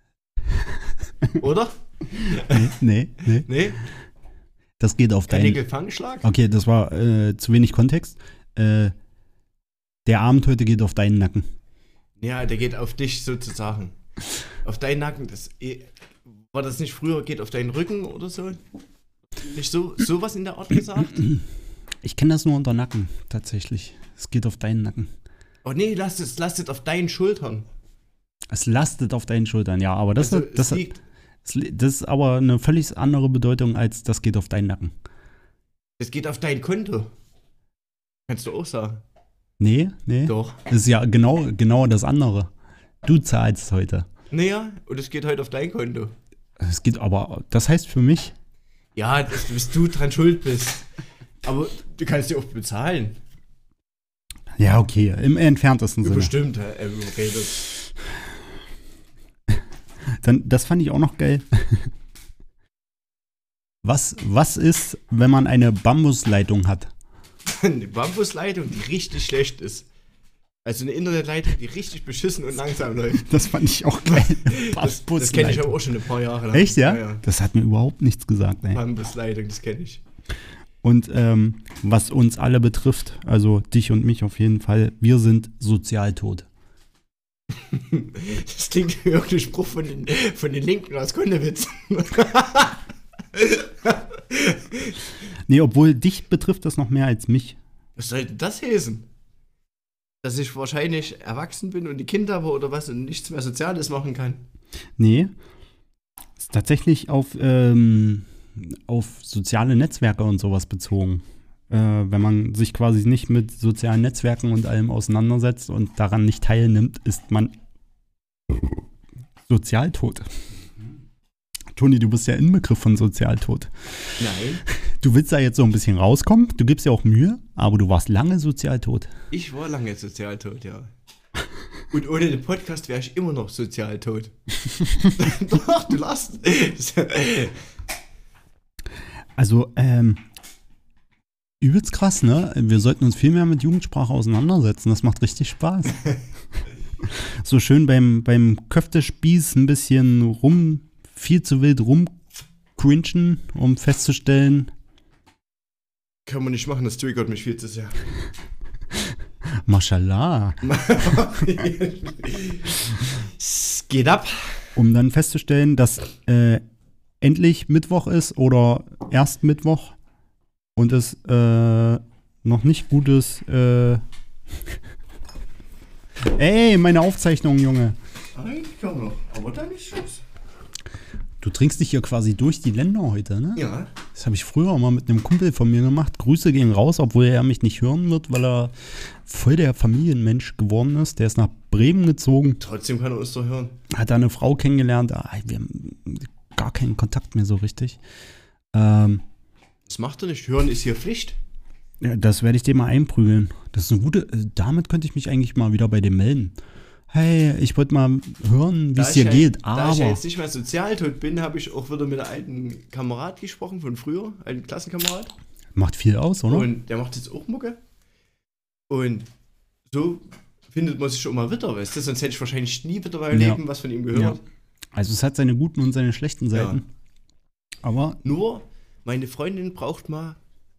Oder? Nee. Nee? Das geht auf deinen... Kanickel-Fangschlag? Okay, das war zu wenig Kontext. Der Abend heute geht auf deinen Nacken. Ja, der geht auf dich sozusagen. Auf deinen Nacken. War das nicht früher, geht auf deinen Rücken oder so? Nicht sowas in der Art gesagt? Ich kenne das nur unter Nacken, tatsächlich. Es geht auf deinen Nacken. Oh nee, lastet auf deinen Schultern. Es lastet auf deinen Schultern, ja, aber das liegt. Das ist aber eine völlig andere Bedeutung als das geht auf deinen Nacken. Es geht auf dein Konto. Kannst du auch sagen. Nee. Doch. Das ist ja genau das andere. Du zahlst heute. Naja, und es geht heute auf dein Konto. Es geht aber, das heißt für mich. Ja, bis du dran schuld bist. Aber du kannst dir auch bezahlen. Ja, okay, im entferntesten Sinne. Bestimmt, Dann, das fand ich auch noch geil. Was ist, wenn man eine Bambusleitung hat? Eine Bambusleitung, die richtig schlecht ist. Also eine Internetleitung, die richtig beschissen und langsam läuft. Das fand ich auch geil. Das kenne ich aber auch schon ein paar Jahre lang. Echt, ja? Ja. Das hat mir überhaupt nichts gesagt, ey. Bambusleitung, das kenne ich. Und was uns alle betrifft, also dich und mich auf jeden Fall, wir sind sozial tot. Das klingt wie irgendein Spruch von den Linken aus Konnewitz. Nee, obwohl dich betrifft das noch mehr als mich. Was soll denn das heißen? Dass ich wahrscheinlich erwachsen bin und die Kinder habe oder was und nichts mehr Soziales machen kann? Nee, ist tatsächlich auf soziale Netzwerke und sowas bezogen. Wenn man sich quasi nicht mit sozialen Netzwerken und allem auseinandersetzt und daran nicht teilnimmt, ist man sozial tot. Toni, du bist ja Inbegriff von Sozialtod. Nein. Du willst da jetzt so ein bisschen rauskommen, du gibst ja auch Mühe, aber du warst lange sozial tot. Ich war lange sozial tot, ja. Und ohne den Podcast wäre ich immer noch sozial tot. Doch, du lachst. Also, übelst krass, ne? Wir sollten uns viel mehr mit Jugendsprache auseinandersetzen, das macht richtig Spaß. So schön beim Köftespieß ein bisschen viel zu wild rumcringen, um festzustellen. Kann man nicht machen, das triggert mich viel zu sehr. Mashallah. Es geht ab. Um dann festzustellen, dass endlich Mittwoch ist oder erst Mittwoch und es noch nicht gut ist. Ey, meine Aufzeichnung, Junge. Eigentlich kann noch, aber dann ist Schluss. Du trinkst dich hier quasi durch die Länder heute, ne? Ja. Das habe ich früher mal mit einem Kumpel von mir gemacht. Grüße gehen raus, obwohl er mich nicht hören wird, weil er voll der Familienmensch geworden ist. Der ist nach Bremen gezogen. Trotzdem kann er uns doch hören. Hat da eine Frau kennengelernt. Wir haben gar keinen Kontakt mehr so richtig. Das macht er nicht. Hören ist hier Pflicht. Ja, das werde ich dir mal einprügeln. Das ist eine gute. Damit könnte ich mich eigentlich mal wieder bei dem melden. Hey, ich wollte mal hören, wie es dir geht. Da ich ja jetzt nicht mehr sozial tot bin, habe ich auch wieder mit einem alten Kamerad gesprochen von früher, einen Klassenkamerad. Macht viel aus, oder? Und der macht jetzt auch Mucke. Und so findet man sich schon mal wieder, weißt du? Sonst hätte ich wahrscheinlich nie wieder mein Leben was von ihm gehört. Ja. Also es hat seine guten und seine schlechten Seiten. Ja. Aber nur, meine Freundin braucht mal,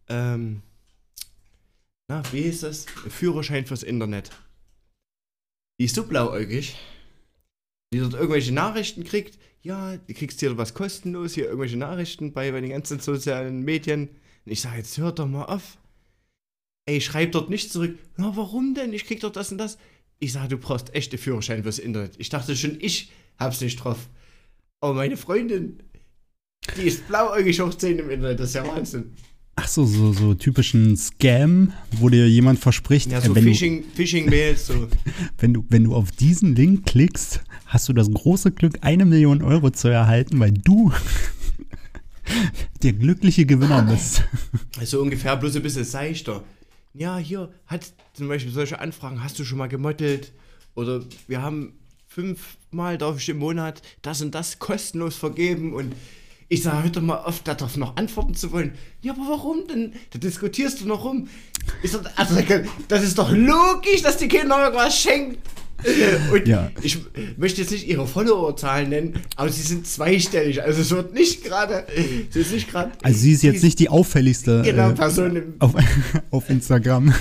wie hieß das? Führerschein fürs Internet. Die ist so blauäugig, die dort irgendwelche Nachrichten kriegt. Ja, du kriegst hier was kostenlos, hier irgendwelche Nachrichten bei den ganzen sozialen Medien. Und ich sage, jetzt hör doch mal auf. Ey, schreib dort nicht zurück. Na, warum denn? Ich krieg doch das und das. Ich sage, du brauchst echte Führerschein fürs Internet. Ich dachte schon, ich hab's nicht drauf. Aber meine Freundin, die ist blauäugig hoch 10 im Internet. Das ist ja Wahnsinn. Ach so typischen Scam, wo dir jemand verspricht, Ja, so Phishing-Mails. So. wenn du auf diesen Link klickst, hast du das große Glück, 1 Million Euro zu erhalten, weil du der glückliche Gewinner bist. Also ungefähr bloß ein bisschen seichter. Ja, hier hat zum Beispiel solche Anfragen, hast du schon mal gemodelt? Oder wir haben 5-mal, darf ich im Monat das und das kostenlos vergeben und ich sage heute mal oft, darauf noch antworten zu wollen. Ja, aber warum denn? Da diskutierst du noch rum. Also, das ist doch logisch, dass die Kinder irgendwas schenken. Und ja. Ich möchte jetzt nicht ihre Followerzahlen nennen, aber sie sind zweistellig. Also es wird nicht gerade. Also sie ist jetzt nicht die auffälligste Person auf Instagram.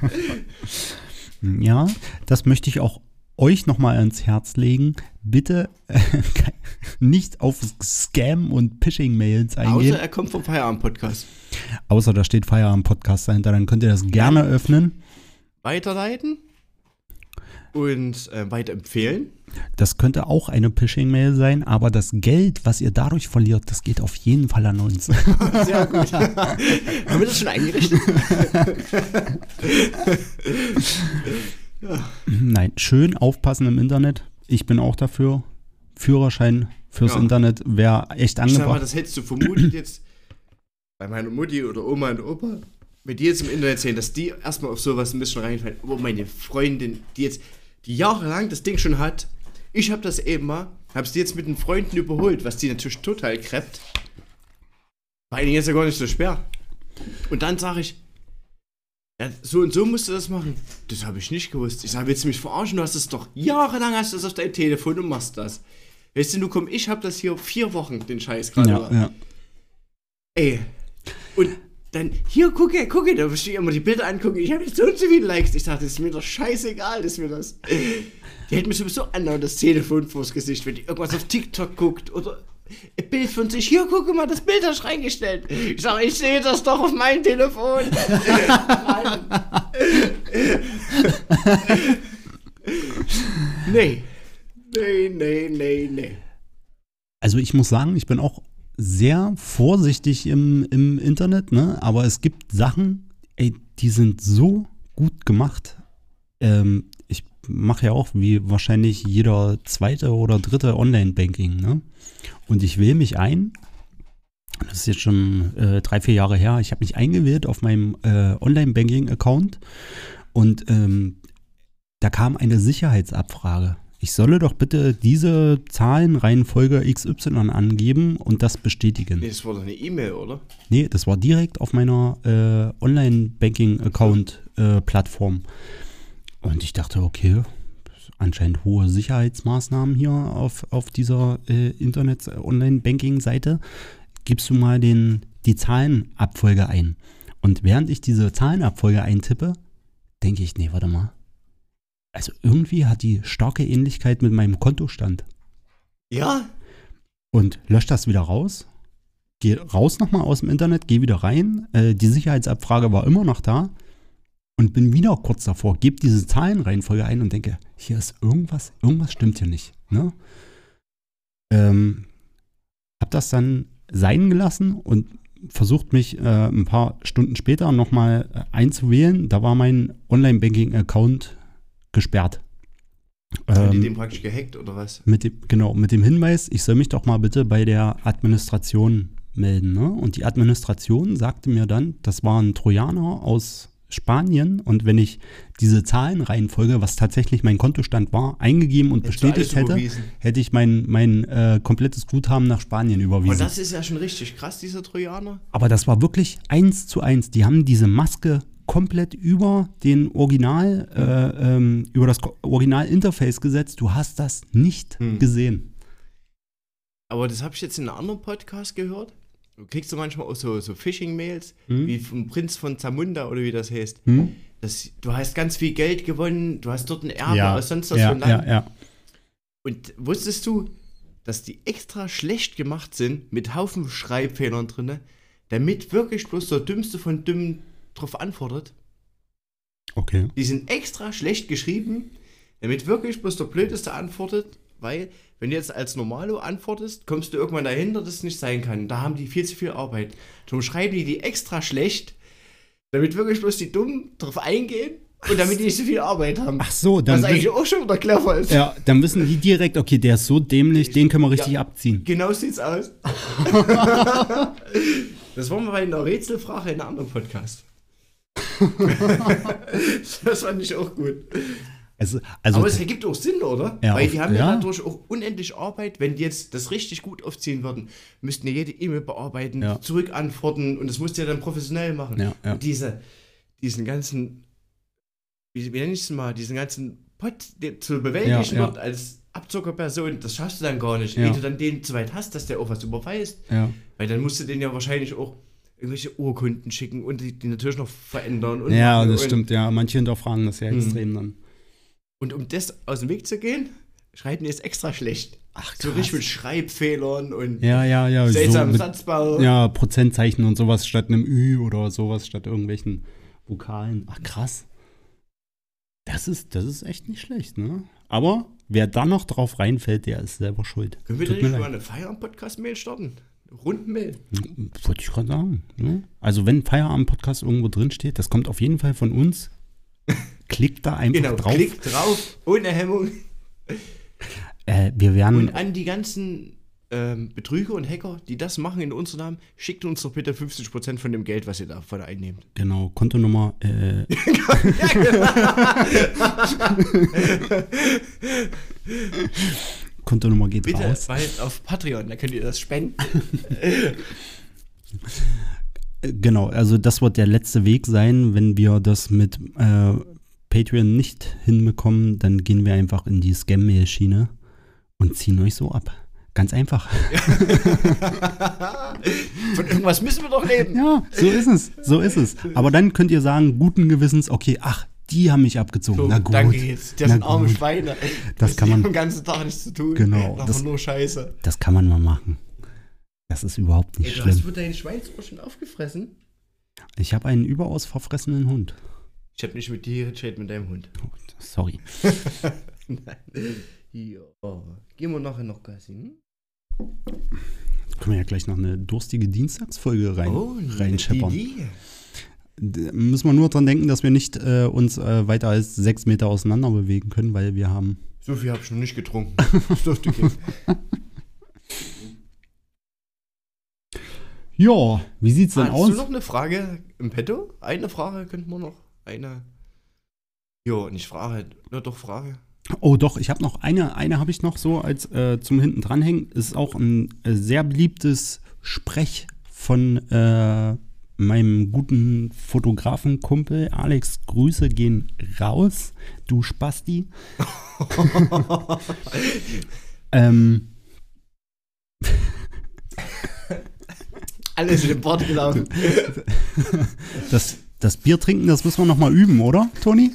Ja, das möchte ich auch euch nochmal ans Herz legen. Bitte nicht auf Scam- und Phishing-Mails eingehen. Außer er kommt vom Feierabend-Podcast. Außer da steht Feierabend-Podcast dahinter, dann könnt ihr das gerne öffnen. Weiterleiten und weiterempfehlen. Das könnte auch eine Phishing-Mail sein, aber das Geld, was ihr dadurch verliert, das geht auf jeden Fall an uns. Sehr gut. Haben wir das schon eingerichtet? Ja. Nein, schön aufpassen im Internet. Ich bin auch dafür. Führerschein fürs Internet wäre echt angebracht. Ich sag mal, das hättest du vermutet jetzt bei meiner Mutti oder Oma und Opa, wenn die jetzt im Internet sehen, dass die erstmal auf sowas ein bisschen reinfallen. Aber meine Freundin, die jahrelang das Ding schon hat, ich habe das eben mal, habe sie jetzt mit den Freunden überholt, was die natürlich total kreppt. War ihnen jetzt ja gar nicht so schwer. Und dann sage ich, ja, so und so musst du das machen. Das habe ich nicht gewusst. Ich sage, willst du mich verarschen? Du hast es doch jahrelang hast du das auf deinem Telefon und machst das. Weißt du, komm, ich habe das hier 4 Wochen, den Scheiß gerade. Ja. Ey. Und dann, hier, gucke, da muss ich immer die Bilder angucken. Ich habe jetzt so und so viele Likes. Ich dachte, das ist mir doch scheißegal, das ist mir das. Die hält mir sowieso andauernd das Telefon vors Gesicht, wenn die irgendwas auf TikTok guckt oder ein Bild von sich. Hier, gucke mal, das Bild hast du reingestellt. Ich sage, ich sehe das doch auf meinem Telefon. Nee. Also ich muss sagen, ich bin auch sehr vorsichtig im Internet, ne? Aber es gibt Sachen, ey, die sind so gut gemacht. Ich mache ja auch wie wahrscheinlich jeder zweite oder dritte Online-Banking, ne? Und ich wähle mich ein. Das ist jetzt schon 3-4 Jahre her. Ich habe mich eingewählt auf meinem Online-Banking-Account und da kam eine Sicherheitsabfrage. Ich solle doch bitte diese Zahlenreihenfolge XY angeben und das bestätigen. Nee, das war doch eine E-Mail, oder? Nee, das war direkt auf meiner Online-Banking-Account-Plattform. Und ich dachte, okay, anscheinend hohe Sicherheitsmaßnahmen hier auf dieser Internet-Online-Banking-Seite. Gibst du mal die Zahlenabfolge ein. Und während ich diese Zahlenabfolge eintippe, denke ich, nee, warte mal. Also irgendwie hat die starke Ähnlichkeit mit meinem Kontostand. Ja. Und lösche das wieder raus. Geh raus nochmal aus dem Internet, geh wieder rein. Die Sicherheitsabfrage war immer noch da. Und bin wieder kurz davor, gebe diese Zahlenreihenfolge ein und denke, hier ist irgendwas stimmt hier nicht. Ne? Hab das dann sein gelassen und versucht mich ein paar Stunden später nochmal einzuwählen. Da war mein Online-Banking-Account gesperrt. Haben die den praktisch gehackt oder was? Mit dem Hinweis, ich soll mich doch mal bitte bei der Administration melden. Ne? Und die Administration sagte mir dann, das war ein Trojaner aus Spanien und wenn ich diese Zahlenreihenfolge, was tatsächlich mein Kontostand war, eingegeben und bestätigt hätte, hätte ich mein komplettes Guthaben nach Spanien überwiesen. Und das ist ja schon richtig krass, dieser Trojaner. Aber das war wirklich 1:1. Die haben diese Maske komplett über über das Original-Interface gesetzt. Du hast das nicht gesehen. Aber das habe ich jetzt in einem anderen Podcast gehört. Du kriegst du manchmal auch so Phishing-Mails, wie vom Prinz von Zamunda oder wie das heißt. Du hast ganz viel Geld gewonnen, du hast dort ein Erbe aus sonst was von Land. Ja. Und wusstest du, dass die extra schlecht gemacht sind, mit Haufen Schreibfehlern drin, damit wirklich bloß der Dümmste von Dümmen drauf antwortet? Okay. Die sind extra schlecht geschrieben, damit wirklich bloß der Blödeste antwortet, weil wenn du jetzt als Normalo antwortest, kommst du irgendwann dahinter, dass es nicht sein kann. Da haben die viel zu viel Arbeit. Darum schreiben die extra schlecht, damit wirklich bloß die Dummen drauf eingehen und damit die nicht so viel Arbeit haben. Ach so, dann. Was eigentlich auch schon wieder clever ist. Ja, dann wissen die direkt, okay, der ist so dämlich, den können wir richtig abziehen. Genau sieht's aus. Das wollen wir bei einer Rätselfrage in einem anderen Podcast. Das fand ich auch gut. Also, aber es ergibt auch Sinn, oder? Ja, weil die haben ja dadurch auch unendlich Arbeit. Wenn die jetzt das richtig gut aufziehen würden, müssten ja jede E-Mail bearbeiten, zurückantworten und das musst du ja dann professionell machen. Ja. Und diesen ganzen, wie nenne ich es mal, diesen ganzen Pott zu bewältigen wird als Abzockerperson, das schaffst du dann gar nicht. Ehe du dann den zu weit hast, dass der auch was überweist. Ja. Weil dann musst du den ja wahrscheinlich auch irgendwelche Urkunden schicken und die natürlich noch verändern. Und stimmt, ja. Manche hinterfragen das ja extrem dann. Und um das aus dem Weg zu gehen, schreiben die es extra schlecht. Ach, krass. So richtig mit Schreibfehlern und so seltsamen mit, Satzbau. Ja, Prozentzeichen und sowas statt einem Ü oder sowas statt irgendwelchen Vokalen. Ach, krass. Das ist echt nicht schlecht, ne? Aber wer da noch drauf reinfällt, der ist selber schuld. Können wir denn nicht mal eine Feierabend-Podcast-Mail starten? Eine Runden-Mail? Wollte ich gerade sagen. Ne? Also wenn Feierabend-Podcast irgendwo drin steht, das kommt auf jeden Fall von uns. Klickt da einfach drauf. Klickt drauf, ohne Hemmung. Wir werden und an die ganzen Betrüger und Hacker, die das machen in unserem Namen, schickt uns doch bitte 50% von dem Geld, was ihr davon einnehmt. Genau, Kontonummer. Kontonummer geht bitte, raus. Weil auf Patreon, da könnt ihr das spenden. Genau, also das wird der letzte Weg sein. Wenn wir das mit Patreon nicht hinbekommen, dann gehen wir einfach in die Scam-Mail-Schiene und ziehen euch so ab. Ganz einfach. Von irgendwas müssen wir doch leben. Ja, so ist es. Aber dann könnt ihr sagen, guten Gewissens, okay, ach, die haben mich abgezogen. So, na gut. Danke jetzt. Das sind arme Schweine. Das kann man den ganzen Tag nichts zu tun. Genau. Einfach nur Scheiße. Das kann man mal machen. Das ist überhaupt nicht schlimm. Hast du dein Schweinsohr schon aufgefressen? Ich habe einen überaus verfressenen Hund. Ich habe nicht mit dir geredet, mit deinem Hund. Oh, sorry. Ja. Gehen wir nachher noch Gassi, Können wir ja gleich noch eine durstige Dienstagsfolge reinscheppern. Müssen wir nur dran denken, dass wir nicht uns weiter als 6 Meter auseinander bewegen können, weil wir haben... So viel habe ich noch nicht getrunken. Das dürfte gehen. Ja, wie sieht's denn aus? Hast du noch eine Frage im Petto? Eine Frage könnten wir noch. Nicht Frage, nur doch Frage. Oh doch, ich habe noch eine habe ich noch so als zum hinten dranhängen. Ist auch ein sehr beliebtes Sprech von meinem guten Fotografenkumpel Alex. Grüße gehen raus, du Spasti. Alles in den Bord gelaufen. Das Bier trinken, das müssen wir noch mal üben, oder, Toni?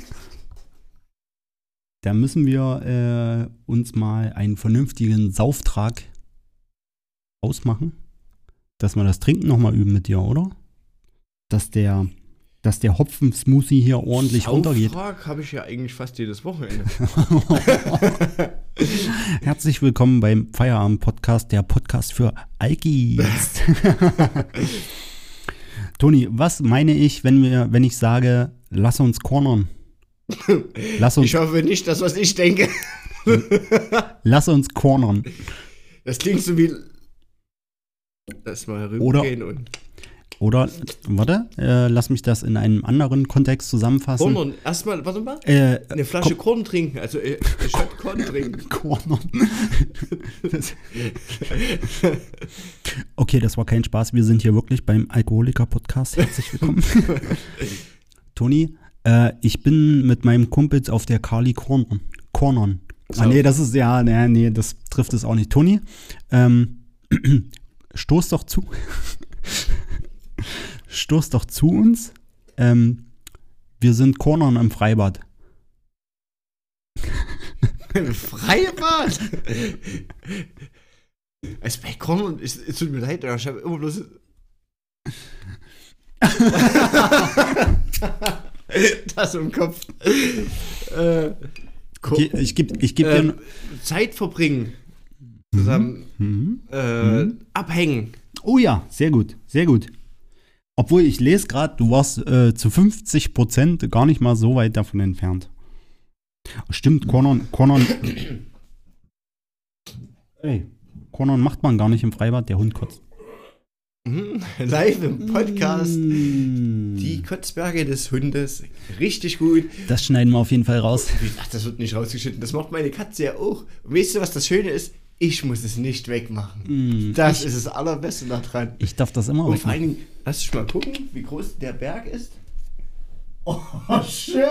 Da müssen wir uns mal einen vernünftigen Sauftrag ausmachen, dass wir das Trinken noch mal üben mit dir, oder? Dass der Hopfen-Smoothie hier ordentlich runtergeht. Sauftrag habe ich ja eigentlich fast jedes Wochenende. Herzlich willkommen beim Feierabend-Podcast, der Podcast für Alkis. Toni, was meine ich, wenn ich sage, lass uns cornern? Ich hoffe nicht, das, was ich denke. Lass uns cornern. Das klingt so wie... Lass mal rübergehen Oder, warte, lass mich das in einem anderen Kontext zusammenfassen. Cornern, erstmal, warte mal, eine Flasche Korn trinken, also statt Korn trinken. Cornern. Okay, das war kein Spaß, wir sind hier wirklich beim Alkoholiker-Podcast. Herzlich willkommen. Toni, ich bin mit meinem Kumpel auf der Kali Cornern. So. Nee, das ist, das trifft es auch nicht. Toni, stoß doch zu. Stoß doch zu uns. Wir sind Cornern im Freibad. Im Freibad? Als bei Cornern, es tut mir leid, ich habe immer bloß... das im Kopf. Okay, ich geb dir... Zeit verbringen. Zusammen abhängen. Oh ja, sehr gut, sehr gut. Obwohl ich lese gerade, du warst zu 50% gar nicht mal so weit davon entfernt. Stimmt, Cornern macht man gar nicht im Freibad, der Hund kotzt. Live im Podcast. Die Kotzberge des Hundes. Richtig gut. Das schneiden wir auf jeden Fall raus. Ach, das wird nicht rausgeschnitten. Das macht meine Katze ja auch. Und weißt du, was das Schöne ist? Ich muss es nicht wegmachen. Das ist das Allerbeste daran. Ich darf das immer Und wegmachen. vor allen Dingen, lass dich mal gucken, wie groß der Berg ist. Oh, schön!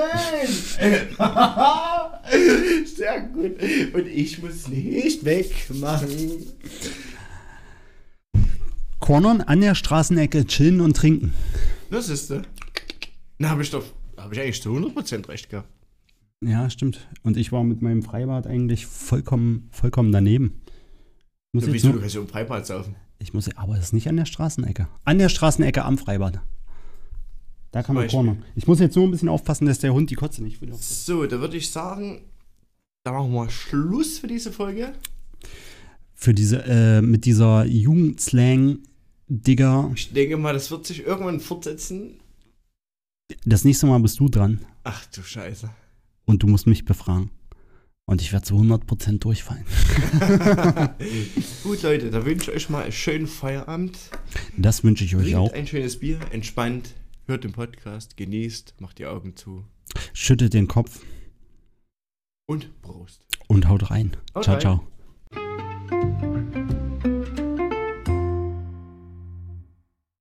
Sehr gut. Und ich muss nicht wegmachen. Cornern an der Straßenecke chillen und trinken. Das ist da. Na, habe ich eigentlich zu 100% recht gehabt. Ja, stimmt. Und ich war mit meinem Freibad eigentlich vollkommen daneben. Du kannst ja im Freibad saufen. Aber das ist nicht an der Straßenecke. An der Straßenecke am Freibad. Da kann man cornern. Ich muss jetzt nur ein bisschen aufpassen, dass der Hund die Kotze nicht will. So, da würde ich sagen, da machen wir Schluss für diese Folge. Für diese, mit dieser Jugendslang, Digga. Ich denke mal, das wird sich irgendwann fortsetzen. Das nächste Mal bist du dran. Ach du Scheiße. Und du musst mich befragen. Und ich werde zu 100% durchfallen. Gut, Leute, da wünsche ich euch mal einen schönen Feierabend. Das wünsche ich euch Trinkt auch. ein schönes Bier, entspannt, hört den Podcast, genießt, macht die Augen zu. Schüttet den Kopf. Und Prost. Und haut rein. Haut Ciao, rein. ciao.